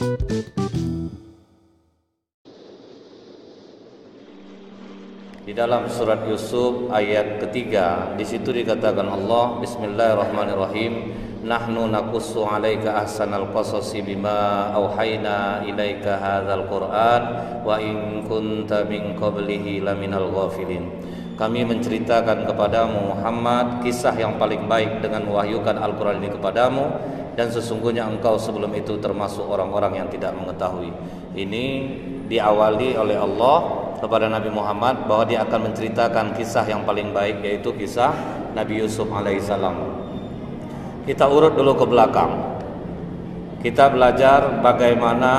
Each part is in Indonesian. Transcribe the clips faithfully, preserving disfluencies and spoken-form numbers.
Di dalam surat Yusuf ayat ketiga, di situ dikatakan Allah, Bismillahirrahmanirrahim, nahnu naqussu 'alaika ahsanal qasasi bima auhayna ilaika hadzal Qur'an wa in kunta min qablihi laminal ghafilin. Kami menceritakan kepadamu Muhammad kisah yang paling baik dengan mewahyukan Al-Qur'an ini kepadamu, dan sesungguhnya engkau sebelum itu termasuk orang-orang yang tidak mengetahui. Ini diawali oleh Allah kepada Nabi Muhammad bahwa dia akan menceritakan kisah yang paling baik, yaitu kisah Nabi Yusuf alaihissalam. Kita urut dulu ke belakang. Kita belajar bagaimana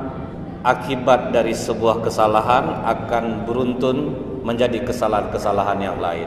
akibat dari sebuah kesalahan akan beruntun menjadi kesalahan-kesalahan yang lain.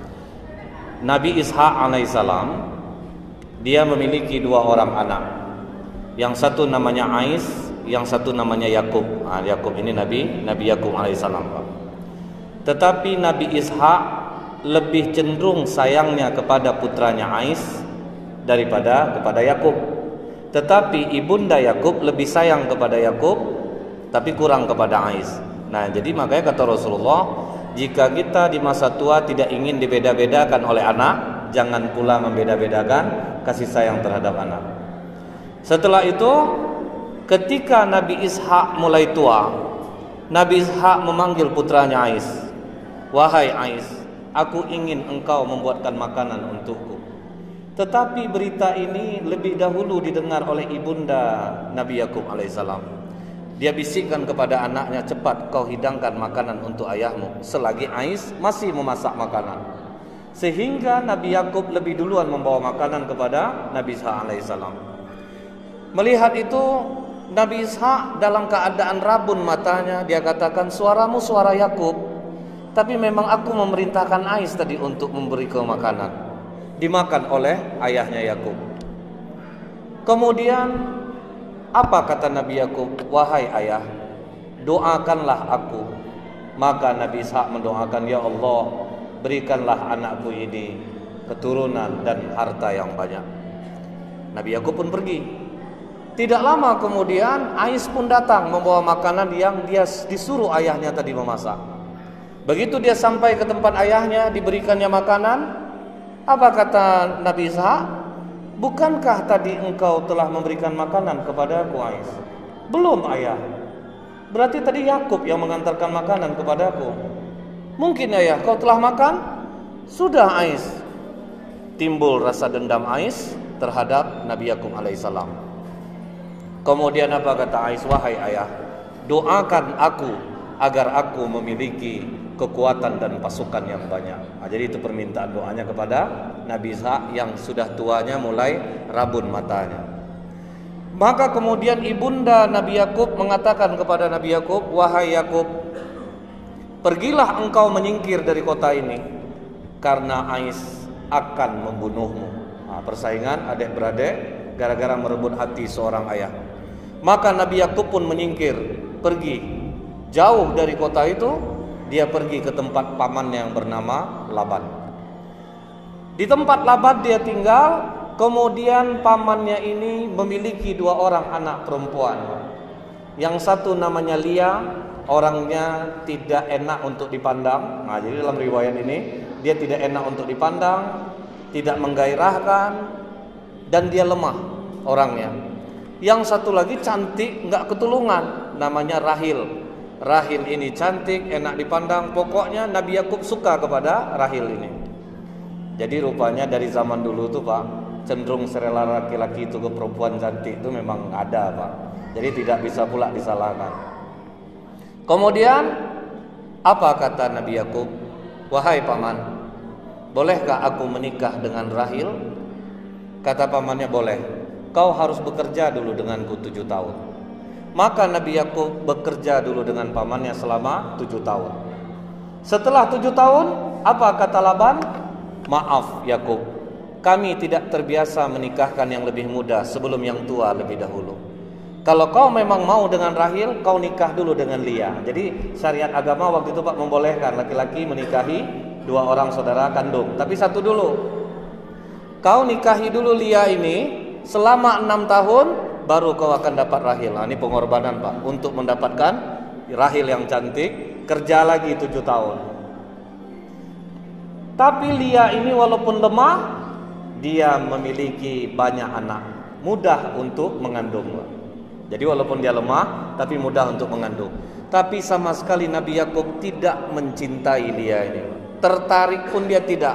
Nabi Ishak alaihissalam, dia memiliki dua orang anak. Yang satu namanya Ais, yang satu namanya Yakub. Nah, Yakub ini Nabi Nabi Yakub alaihissalam. Tetapi Nabi Ishak lebih cenderung sayangnya kepada putranya Ais daripada kepada Yakub. Tetapi ibunda Yakub lebih sayang kepada Yakub, tapi kurang kepada Ais. Nah, jadi makanya kata Rasulullah, jika kita di masa tua tidak ingin dibeda-bedakan oleh anak, jangan pula membeda-bedakan kasih sayang terhadap anak. Setelah itu, ketika Nabi Ishak mulai tua, Nabi Ishak memanggil putranya Ais, "Wahai Ais, aku ingin engkau membuatkan makanan untukku." Tetapi berita ini lebih dahulu didengar oleh ibunda Nabi Yakub alaihissalam. Dia bisikkan kepada anaknya, "Cepat kau hidangkan makanan untuk ayahmu," selagi Ais masih memasak makanan. Sehingga Nabi Yakub lebih duluan membawa makanan kepada Nabi Ishak alaihissalam. Melihat itu, Nabi Ishak dalam keadaan rabun matanya, dia katakan, "Suaramu suara Yakub, tapi memang aku memerintahkan Ais tadi untuk memberi kau makanan." Dimakan oleh ayahnya Yakub. Kemudian apa kata Nabi Yakub? "Wahai ayah, doakanlah aku." Maka Nabi Ishak mendoakan, "Ya Allah, berikanlah anakku ini keturunan dan harta yang banyak." Nabi Yakub pun pergi. Tidak lama kemudian Ais pun datang membawa makanan yang dia disuruh ayahnya tadi memasak. Begitu dia sampai ke tempat ayahnya, diberikannya makanan. Apa kata Nabi Ishak? "Bukankah tadi engkau telah memberikan makanan kepada aku, Ais?" "Belum, ayah." "Berarti tadi Yakub yang mengantarkan makanan kepadaku." "Mungkin ayah, kau telah makan?" "Sudah, Ais." Timbul rasa dendam Ais terhadap Nabi Yakub alaihissalam. Kemudian apa kata Ais? "Wahai ayah, doakan aku agar aku memiliki kekuatan dan pasukan yang banyak." Nah, jadi itu permintaan doanya kepada Nabi Ishak yang sudah tuanya mulai rabun matanya. Maka kemudian ibunda Nabi Yakub mengatakan kepada Nabi Yakub, "Wahai Yakub, pergilah engkau menyingkir dari kota ini, karena Ais akan membunuhmu." Nah, persaingan adik-beradik gara-gara merebut hati seorang ayah. Maka Nabi Yakub pun menyingkir, pergi jauh dari kota itu. Dia pergi ke tempat pamannya yang bernama Laban. Di tempat Laban dia tinggal. Kemudian pamannya ini memiliki dua orang anak perempuan. Yang satu namanya Lia, orangnya tidak enak untuk dipandang. Nah, jadi dalam riwayat ini dia tidak enak untuk dipandang, tidak menggairahkan, dan dia lemah orangnya. Yang satu lagi cantik, nggak ketulungan, namanya Rahil. Rahil ini cantik, enak dipandang. Pokoknya Nabi Yakub suka kepada Rahil ini. Jadi rupanya dari zaman dulu tuh Pak, cenderung serela laki-laki itu ke perempuan cantik itu memang ada Pak. Jadi tidak bisa pula disalahkan. Kemudian apa kata Nabi Yakub? "Wahai paman, bolehkah aku menikah dengan Rahil?" Kata pamannya, "Boleh. Kau harus bekerja dulu denganku tujuh tahun." Maka Nabi Yakub bekerja dulu dengan pamannya selama tujuh tahun. Setelah tujuh tahun, apa kata Laban? "Maaf Yakub, kami tidak terbiasa menikahkan yang lebih muda sebelum yang tua lebih dahulu. Kalau kau memang mau dengan Rahil, kau nikah dulu dengan Lia." Jadi syariat agama waktu itu Pak membolehkan laki-laki menikahi dua orang saudara kandung. Tapi satu dulu, kau nikahi dulu Lia ini selama enam tahun, baru kau akan dapat rahil. Nah, ini pengorbanan Pak untuk mendapatkan rahil yang cantik. Kerja lagi tujuh tahun. Tapi Lia ini walaupun lemah, dia memiliki banyak anak, mudah untuk mengandung. Jadi walaupun dia lemah, tapi mudah untuk mengandung. Tapi sama sekali Nabi Yakub tidak mencintai Lia ini. Tertarik pun dia tidak.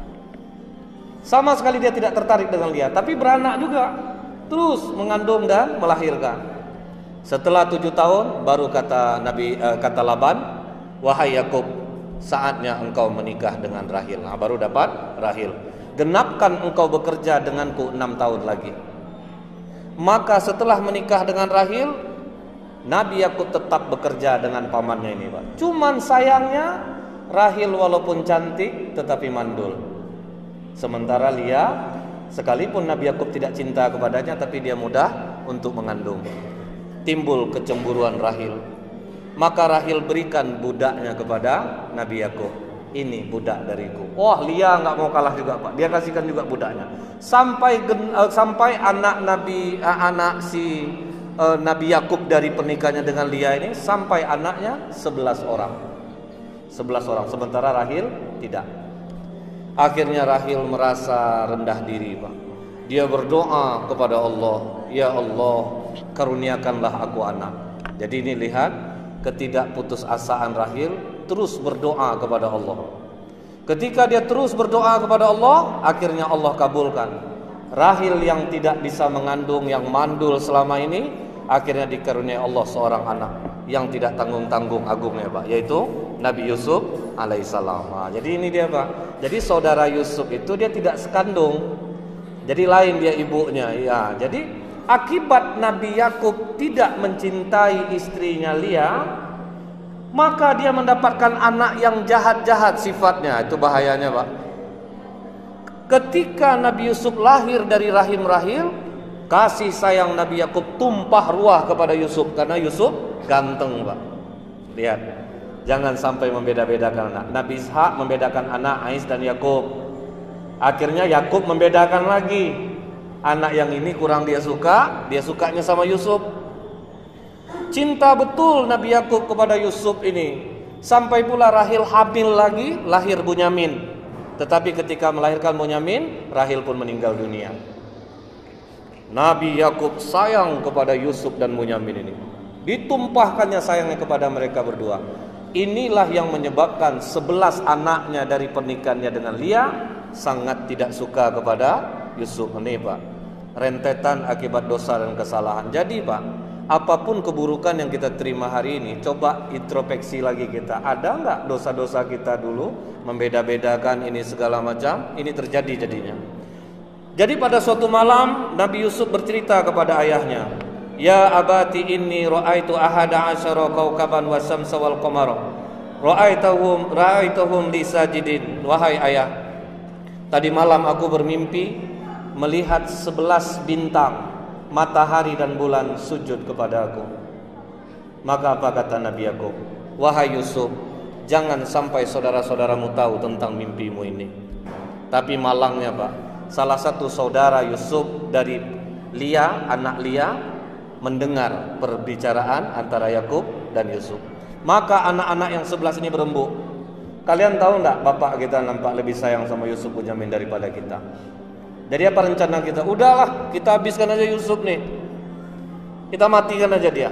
Sama sekali dia tidak tertarik dengan Lia. Tapi beranak juga. Terus mengandung dan melahirkan. Setelah tujuh tahun, baru kata Nabi eh, kata Laban, wahai Yakub, saatnya engkau menikah dengan Rahil. Nah, baru dapat Rahil. Genapkan engkau bekerja denganku enam tahun lagi. Maka setelah menikah dengan Rahil, Nabi Yakub tetap bekerja dengan pamannya ini Pak. Cuman sayangnya Rahil walaupun cantik tetapi mandul. Sementara Lia, sekalipun Nabi Yakub tidak cinta kepadanya, tapi dia mudah untuk mengandung. Timbul kecemburuan Rahil. Maka Rahil berikan budaknya kepada Nabi Yakub. Ini budak dariku. Wah, Lia nggak mau kalah juga Pak. Dia kasihkan juga budaknya. Sampai uh, sampai anak Nabi uh, anak si uh, Nabi Yakub dari pernikahannya dengan Lia ini sampai anaknya sebelas orang. sebelas orang. Sementara Rahil tidak. Akhirnya Rahil merasa rendah diri Pak. Dia berdoa kepada Allah, ya Allah, karuniakanlah aku anak. Jadi ini lihat ketidakputusasaan Rahil, terus berdoa kepada Allah. Ketika dia terus berdoa kepada Allah, akhirnya Allah kabulkan. Rahil yang tidak bisa mengandung, yang mandul selama ini, akhirnya dikaruniai Allah seorang anak yang tidak tanggung-tanggung agungnya Pak, yaitu Nabi Yusuf alaihissalam. Nah, jadi ini dia Pak. Jadi saudara Yusuf itu dia tidak sekandung. Jadi lain dia ibunya. Ya, jadi akibat Nabi Yakub tidak mencintai istrinya Lia, maka dia mendapatkan anak yang jahat-jahat sifatnya. Itu bahayanya Pak. Ketika Nabi Yusuf lahir dari rahim Rahil, kasih sayang Nabi Yakub tumpah ruah kepada Yusuf karena Yusuf ganteng Pak. Lihat, jangan sampai membeda-bedakan anak. Nabi Ishak membedakan anak Ais dan Yakub. Akhirnya Yakub membedakan lagi. Anak yang ini kurang dia suka, dia sukanya sama Yusuf. Cinta betul Nabi Yakub kepada Yusuf ini. Sampai pula Rahil hamil lagi, lahir Bunyamin. Tetapi ketika melahirkan Bunyamin, Rahil pun meninggal dunia. Nabi Yakub sayang kepada Yusuf dan Bunyamin ini. Ditumpahkannya sayangnya kepada mereka berdua. Inilah yang menyebabkan sebelas anaknya dari pernikahannya dengan Lia sangat tidak suka kepada Yusuf. Ini Pak, rentetan akibat dosa dan kesalahan. Jadi Pak, apapun keburukan yang kita terima hari ini, coba introspeksi lagi kita. Ada nggak dosa-dosa kita dulu membeda-bedakan ini segala macam? Ini terjadi jadinya. Jadi pada suatu malam Nabi Yusuf bercerita kepada ayahnya, ya abati inni ra'aitu ahada asyara kawkaban wa syamsa wal qamara ra'aituhum ra'aituhum li sajidin. Wahai ayah, tadi malam aku bermimpi melihat sebelas bintang, matahari dan bulan sujud kepada aku. Maka apa kata Nabi Yakub? Wahai Yusuf, jangan sampai saudara-saudaramu tahu tentang mimpimu ini. Tapi malangnya Pak, salah satu saudara Yusuf dari Lia, anak Lia, mendengar perbicaraan antara Yakub dan Yusuf. Maka anak-anak yang sebelas ini berembuk. Kalian tahu enggak, bapak kita nampak lebih sayang sama Yusuf Bunyamin daripada kita. Jadi apa rencana kita? Udahlah, kita habiskan aja Yusuf nih. Kita matikan aja dia.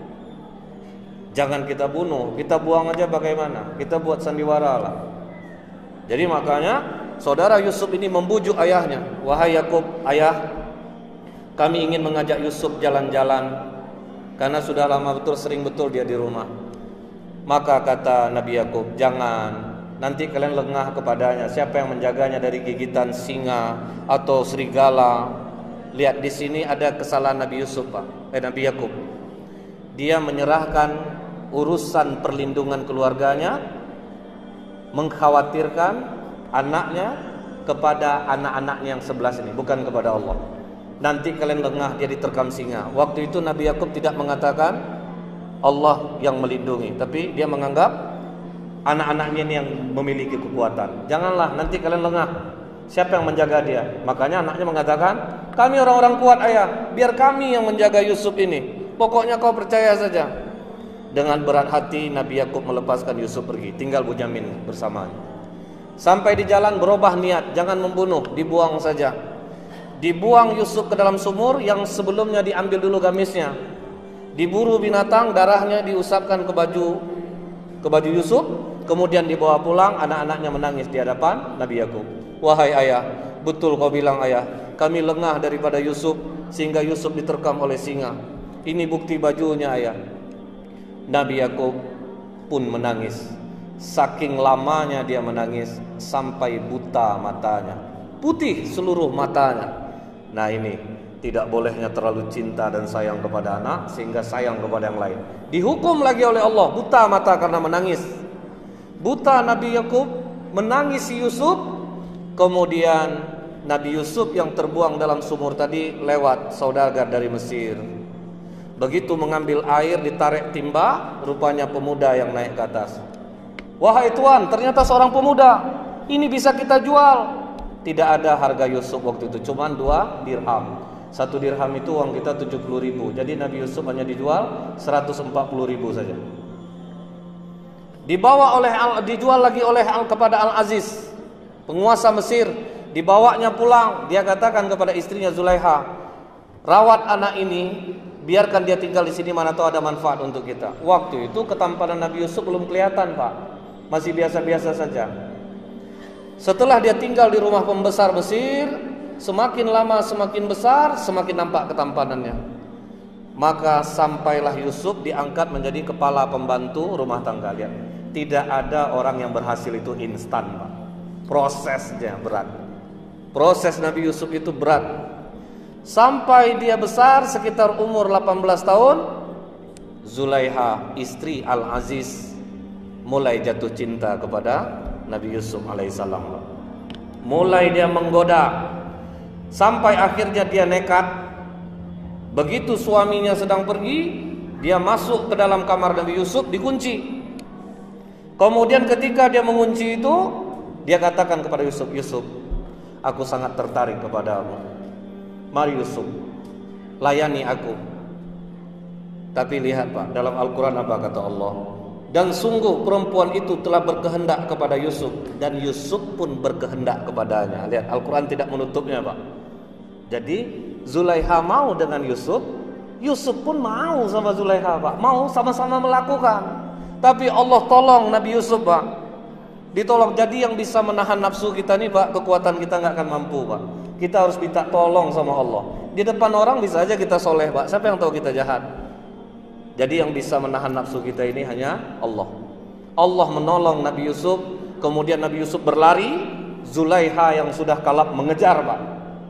Jangan kita bunuh, kita buang aja bagaimana? Kita buat sandiwara lah. Jadi makanya saudara Yusuf ini membujuk ayahnya. Wahai Yakub, ayah, kami ingin mengajak Yusuf jalan-jalan karena sudah lama betul, sering betul dia di rumah. Maka kata Nabi Yakub, jangan, nanti kalian lengah kepadanya. Siapa yang menjaganya dari gigitan singa atau serigala? Lihat di sini ada kesalahan Nabi Yusuf Pak, eh Nabi Yakub. Dia menyerahkan urusan perlindungan keluarganya, mengkhawatirkan anaknya kepada anak-anaknya yang sebelas ini, bukan kepada Allah. Nanti kalian lengah, dia diterkam singa. Waktu itu Nabi Yakub tidak mengatakan Allah yang melindungi, tapi dia menganggap anak-anaknya ini yang memiliki kekuatan. Janganlah, nanti kalian lengah. Siapa yang menjaga dia? Makanya anaknya mengatakan, kami orang-orang kuat ayah, biar kami yang menjaga Yusuf ini. Pokoknya kau percaya saja. Dengan berat hati Nabi Yakub melepaskan Yusuf pergi, tinggal Bunyamin bersamanya. Sampai di jalan berubah niat, jangan membunuh, dibuang saja. Dibuang Yusuf ke dalam sumur yang sebelumnya diambil dulu gamisnya. Diburu binatang, darahnya diusapkan ke baju ke baju Yusuf, kemudian dibawa pulang. Anak-anaknya menangis di hadapan Nabi Yakub. Wahai ayah, betul kau bilang ayah, kami lengah daripada Yusuf sehingga Yusuf diterkam oleh singa. Ini bukti bajunya ayah. Nabi Yakub pun menangis. Saking lamanya dia menangis sampai buta matanya, putih seluruh matanya. Nah ini tidak bolehnya terlalu cinta dan sayang kepada anak sehingga sayang kepada yang lain. Dihukum lagi oleh Allah buta mata karena menangis. Buta Nabi Yakub menangisi Yusuf. Kemudian Nabi Yusuf yang terbuang dalam sumur tadi lewat saudagar dari Mesir. Begitu mengambil air ditarik timba, rupanya pemuda yang naik ke atas. Wahai tuan, ternyata seorang pemuda. Ini bisa kita jual. Tidak ada harga Yusuf waktu itu, cuma dua dirham. Satu dirham itu uang kita tujuh puluh ribu. Jadi Nabi Yusuf hanya dijual seratus empat puluh ribu saja. Dibawa oleh dijual lagi oleh kepada Al-Aziz, penguasa Mesir. Dibawanya pulang. Dia katakan kepada istrinya Zulaiha, rawat anak ini, biarkan dia tinggal di sini, mana tahu ada manfaat untuk kita. Waktu itu ketampanan Nabi Yusuf belum kelihatan pak, masih biasa-biasa saja. Setelah dia tinggal di rumah pembesar Mesir, semakin lama semakin besar, semakin nampak ketampanannya. Maka sampailah Yusuf diangkat menjadi kepala pembantu rumah tangga. Lihat, tidak ada orang yang berhasil itu instan pak. Prosesnya berat. Proses Nabi Yusuf itu berat. Sampai dia besar sekitar umur delapan belas tahun, Zulaiha istri Al-Aziz mulai jatuh cinta kepada Nabi Yusuf alaihissalam. Mulai dia menggoda, sampai akhirnya dia nekat. Begitu suaminya sedang pergi, dia masuk ke dalam kamar Nabi Yusuf, dikunci. Kemudian ketika dia mengunci itu, dia katakan kepada Yusuf, Yusuf, aku sangat tertarik kepadamu. Mari Yusuf, layani aku. Tapi lihat pak, dalam Al-Quran apa kata Allah? Dan sungguh perempuan itu telah berkehendak kepada Yusuf, dan Yusuf pun berkehendak kepadanya. Lihat, Al-Quran tidak menutupnya pak. Jadi Zulaiha mau dengan Yusuf, Yusuf pun mau sama Zulaiha pak, mau sama-sama melakukan. Tapi Allah tolong Nabi Yusuf pak, ditolong. Jadi yang bisa menahan nafsu kita nih pak, kekuatan kita nggak akan mampu pak. Kita harus minta tolong sama Allah. Di depan orang bisa aja kita soleh pak, siapa yang tahu kita jahat? Jadi yang bisa menahan nafsu kita ini hanya Allah. Allah menolong Nabi Yusuf. Kemudian Nabi Yusuf berlari, Zulaiha yang sudah kalap mengejar pak.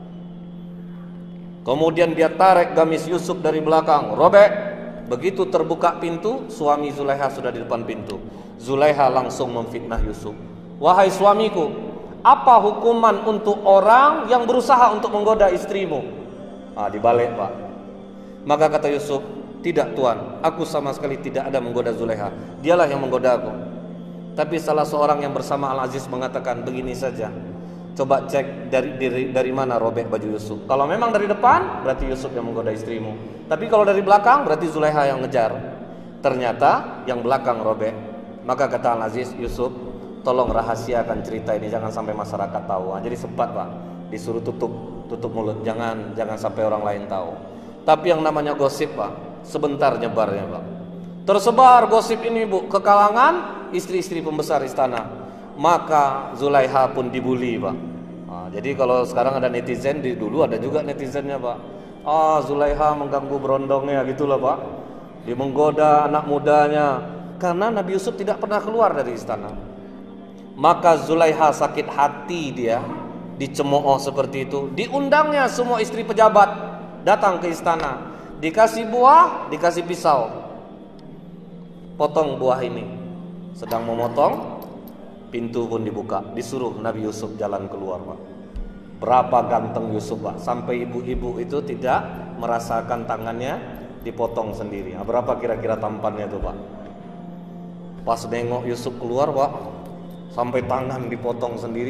Kemudian dia tarik gamis Yusuf dari belakang, robek. Begitu terbuka pintu, suami Zulaiha sudah di depan pintu. Zulaiha langsung memfitnah Yusuf. Wahai suamiku, apa hukuman untuk orang yang berusaha untuk menggoda istrimu? Ah, dibalik pak. Maka kata Yusuf, tidak tuan, aku sama sekali tidak ada menggoda Zulaiha. Dialah yang menggoda aku. Tapi salah seorang yang bersama Al-Aziz mengatakan, begini saja, coba cek dari, dari, dari mana robek baju Yusuf. Kalau memang dari depan, berarti Yusuf yang menggoda istrimu. Tapi kalau dari belakang, berarti Zulaiha yang ngejar. Ternyata yang belakang robek. Maka kata Al-Aziz, Yusuf, tolong rahasiakan cerita ini, jangan sampai masyarakat tahu. Nah, jadi sempat pak, disuruh tutup tutup mulut, jangan jangan sampai orang lain tahu. Tapi yang namanya gosip pak, sebentar nyebarnya pak. Tersebar gosip ini bu ke kalangan istri-istri pembesar istana. Maka Zulaiha pun dibully pak. Nah, jadi kalau sekarang ada netizen, di dulu ada juga netizennya pak. Ah, Zulaiha mengganggu berondongnya gitulah pak. Dia menggoda anak mudanya. Karena Nabi Yusuf tidak pernah keluar dari istana. Maka Zulaiha sakit hati, dia dicemooh seperti itu. Diundangnya semua istri pejabat datang ke istana. Dikasih buah, dikasih pisau. Potong buah ini. Sedang memotong, pintu pun dibuka. Disuruh Nabi Yusuf jalan keluar pak. Berapa ganteng Yusuf pak, sampai ibu-ibu itu tidak merasakan tangannya dipotong sendiri. Nah, berapa kira-kira tampannya itu pak? Pas nengok Yusuf keluar pak, sampai tangan dipotong sendiri,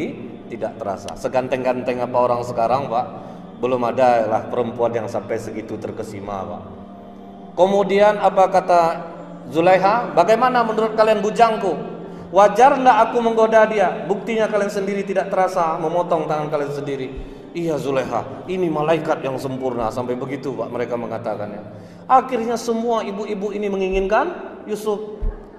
tidak terasa. Seganteng-ganteng apa orang sekarang, Pak, belum ada lah perempuan yang sampai segitu terkesima, Pak. Kemudian apa kata Zulaiha? Bagaimana menurut kalian bujangku? Wajar enggak aku menggoda dia? Buktinya kalian sendiri tidak terasa memotong tangan kalian sendiri. Iya Zulaiha, ini malaikat yang sempurna. Sampai begitu, Pak, mereka mengatakannya. Akhirnya semua ibu-ibu ini menginginkan Yusuf.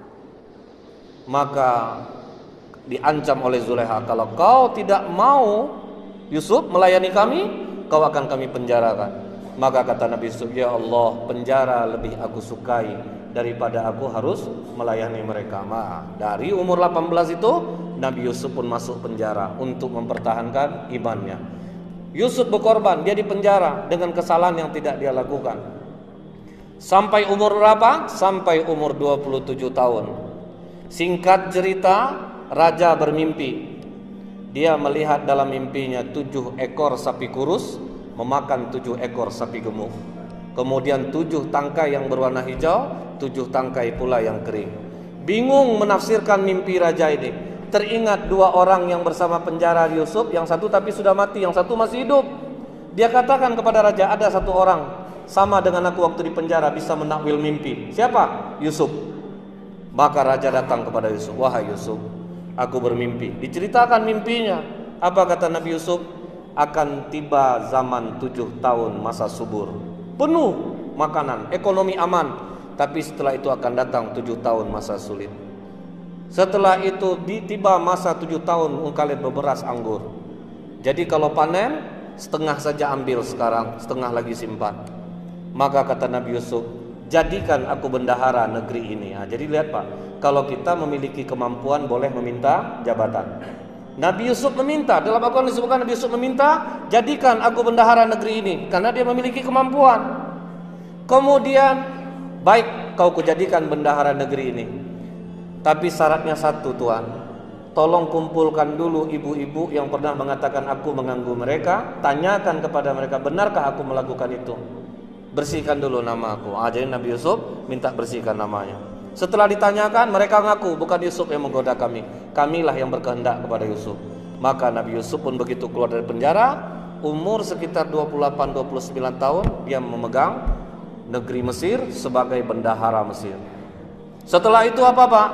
Maka diancam oleh Zulaiha, kalau kau tidak mau Yusuf melayani kami, kau akan kami penjarakan. Maka kata Nabi Yusuf, ya Allah, penjara lebih aku sukai daripada aku harus melayani mereka. Nah, dari umur delapan belas itu Nabi Yusuf pun masuk penjara untuk mempertahankan imannya. Yusuf berkorban, dia dipenjara dengan kesalahan yang tidak dia lakukan. Sampai umur berapa? Sampai umur dua puluh tujuh tahun. Singkat cerita, raja bermimpi. Dia melihat dalam mimpinya tujuh ekor sapi kurus memakan tujuh ekor sapi gemuk. Kemudian tujuh tangkai yang berwarna hijau, tujuh tangkai pula yang kering. Bingung menafsirkan mimpi raja ini. Teringat dua orang yang bersama penjara Yusuf, yang satu tapi sudah mati, yang satu masih hidup. Dia katakan kepada raja, ada satu orang sama dengan aku waktu di penjara, bisa menakwil mimpi. Siapa? Yusuf. Maka raja datang kepada Yusuf, wahai Yusuf, aku bermimpi. Diceritakan mimpinya. Apa kata Nabi Yusuf? Akan tiba zaman tujuh tahun masa subur, penuh makanan, ekonomi aman. Tapi setelah itu akan datang tujuh tahun masa sulit. Setelah itu tiba masa tujuh tahun kalian berberas anggur. Jadi kalau panen, setengah saja ambil sekarang, setengah lagi simpan. Maka kata Nabi Yusuf, jadikan aku bendahara negeri ini. Nah, jadi lihat Pak, kalau kita memiliki kemampuan boleh meminta jabatan. Nabi Yusuf meminta, dalam Al-Quran disebutkan Nabi Yusuf meminta, jadikan aku bendahara negeri ini, karena dia memiliki kemampuan. Kemudian, baik kau kujadikan bendahara negeri ini, tapi syaratnya satu Tuhan, tolong kumpulkan dulu ibu-ibu yang pernah mengatakan aku mengganggu mereka, tanyakan kepada mereka, benarkah aku melakukan itu? Bersihkan dulu nama aku. Ah, jadi Nabi Yusuf minta bersihkan namanya. Setelah ditanyakan, mereka ngaku bukan Yusuf yang menggoda kami, kamilah yang berkehendak kepada Yusuf. Maka Nabi Yusuf pun begitu keluar dari penjara, umur sekitar dua puluh delapan dua puluh sembilan tahun, dia memegang negeri Mesir sebagai bendahara Mesir. Setelah itu apa Pak?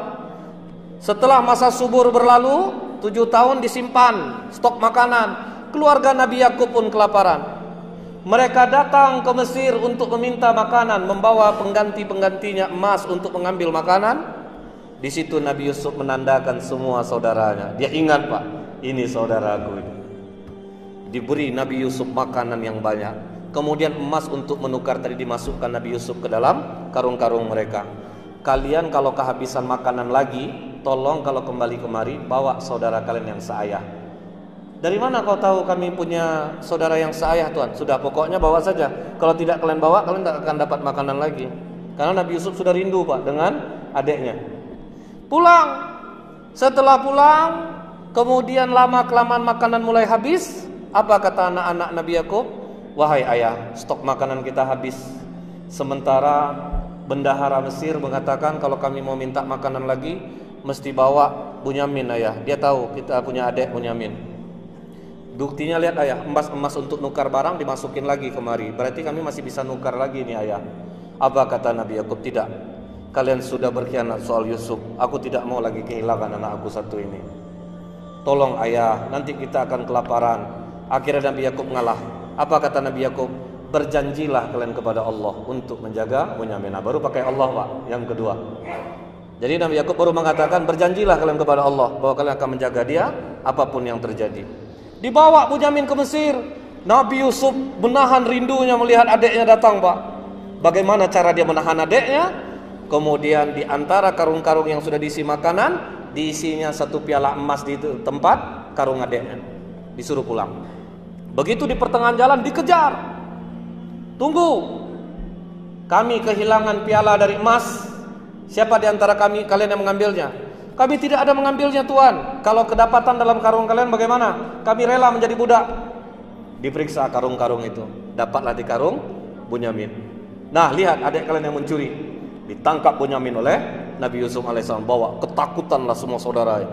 Setelah masa subur berlalu, tujuh tahun disimpan stok makanan. Keluarga Nabi Yakub pun kelaparan. Mereka datang ke Mesir untuk meminta makanan, membawa pengganti-penggantinya emas untuk mengambil makanan. Di situ Nabi Yusuf menandakan semua saudaranya. Dia ingat Pak, ini saudaraku ini. Diberi Nabi Yusuf makanan yang banyak. Kemudian emas untuk menukar tadi dimasukkan Nabi Yusuf ke dalam karung-karung mereka. Kalian kalau kehabisan makanan lagi, tolong kalau kembali kemari bawa saudara kalian yang seayah. Dari mana kau tahu kami punya saudara yang seayah Tuhan? Sudah, pokoknya bawa saja. Kalau tidak kalian bawa, kalian tidak akan dapat makanan lagi. Karena Nabi Yusuf sudah rindu Pak dengan adiknya. Pulang. Setelah pulang, kemudian lama kelamaan makanan mulai habis. Apa kata anak-anak Nabi Yakub? Wahai ayah, stok makanan kita habis. Sementara bendahara Mesir mengatakan kalau kami mau minta makanan lagi, mesti bawa Bunyamin ayah. Dia tahu kita punya adik Bunyamin. Buktinya lihat ayah, emas-emas untuk nukar barang dimasukin lagi kemari. Berarti kami masih bisa nukar lagi nih ayah. Apa kata Nabi Yakub? Tidak. Kalian sudah berkhianat soal Yusuf. Aku tidak mau lagi kehilangan anak aku satu ini. Tolong ayah, nanti kita akan kelaparan. Akhirnya Nabi Yakub ngalah. Apa kata Nabi Yakub? Berjanjilah kalian kepada Allah untuk menjaga Bunyamin. Baru pakai Allah Pak, yang kedua. Jadi Nabi Yakub baru mengatakan berjanjilah kalian kepada Allah bahwa kalian akan menjaga dia apapun yang terjadi. Dibawa Bunyamin ke Mesir. Nabi Yusuf menahan rindunya melihat adiknya datang Pak. Bagaimana cara dia menahan adiknya? Kemudian di antara karung-karung yang sudah diisi makanan, diisinya satu piala emas di tempat karung adiknya. Disuruh pulang. Begitu di pertengahan jalan dikejar. Tunggu. Kami kehilangan piala dari emas. Siapa di antara kami kalian yang mengambilnya? Kami tidak ada mengambilnya Tuhan. Kalau kedapatan dalam karung kalian bagaimana? Kami rela menjadi budak. Diperiksa karung-karung itu. Dapatlah di karung Bunyamin. Nah lihat adik kalian yang mencuri. Ditangkap Bunyamin oleh Nabi Yusuf alaihissalam. Bawa ketakutanlah semua saudara.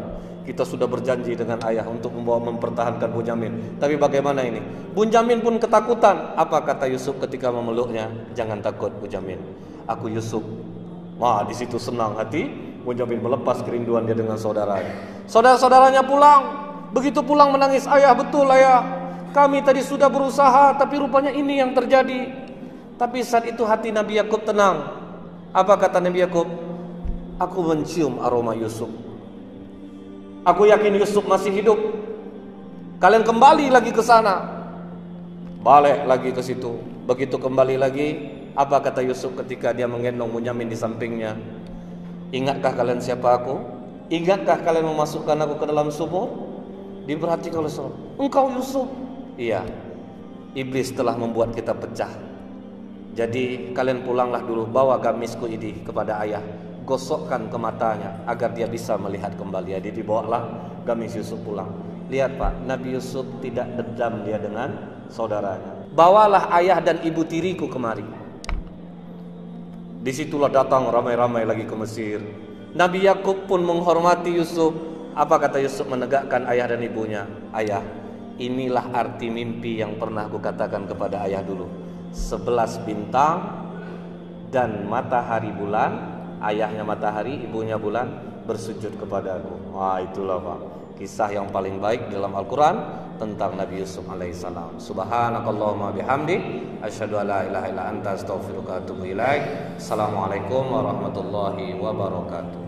kita sudah berjanji dengan ayah untuk membawa mempertahankan Bunyamin. Tapi bagaimana ini? Bunyamin pun ketakutan. Apa kata Yusuf ketika memeluknya? Jangan takut Bunyamin, aku Yusuf. Wah, di situ senang hati Bunyamin melepas kerinduan dia dengan saudaranya. Saudara-saudaranya pulang. Begitu pulang menangis, ayah betul ayah, kami tadi sudah berusaha tapi rupanya ini yang terjadi. Tapi saat itu hati Nabi Yakub tenang. Apa kata Nabi Yakub? Aku mencium aroma Yusuf. Aku yakin Yusuf masih hidup. Kalian kembali lagi ke sana. Balik lagi ke situ. Begitu kembali lagi, apa kata Yusuf ketika dia menggendong Bunyamin di sampingnya? Ingatkah kalian siapa aku? Ingatkah kalian memasukkan aku ke dalam sumur? Diperhatikan oleh Saul. Engkau Yusuf. Iya. Iblis telah membuat kita pecah. Jadi kalian pulanglah dulu, bawa gamisku ini kepada ayah. Gosokkan ke matanya agar dia bisa melihat kembali. Jadi dibawalah gamis Yusuf pulang. Lihat Pak, Nabi Yusuf tidak dendam dia dengan saudaranya. Bawalah ayah dan ibu tiriku kemari. Disitulah datang ramai-ramai lagi ke Mesir. Nabi Yakub pun menghormati Yusuf. Apa kata Yusuf menegakkan ayah dan ibunya? Ayah, inilah arti mimpi yang pernah aku katakan kepada ayah dulu. Sebelas bintang dan matahari bulan. Ayahnya matahari, ibunya bulan bersujud kepadaku. Wah, itulah Pak, kisah yang paling baik dalam Al-Quran tentang Nabi Yusuf alaihissalam. Subhanakallahumma bihamdik, asyhadu an la ilaha illa anta astaghfiruka wa atubu ilaik. Assalamualaikum warahmatullahi wabarakatuh.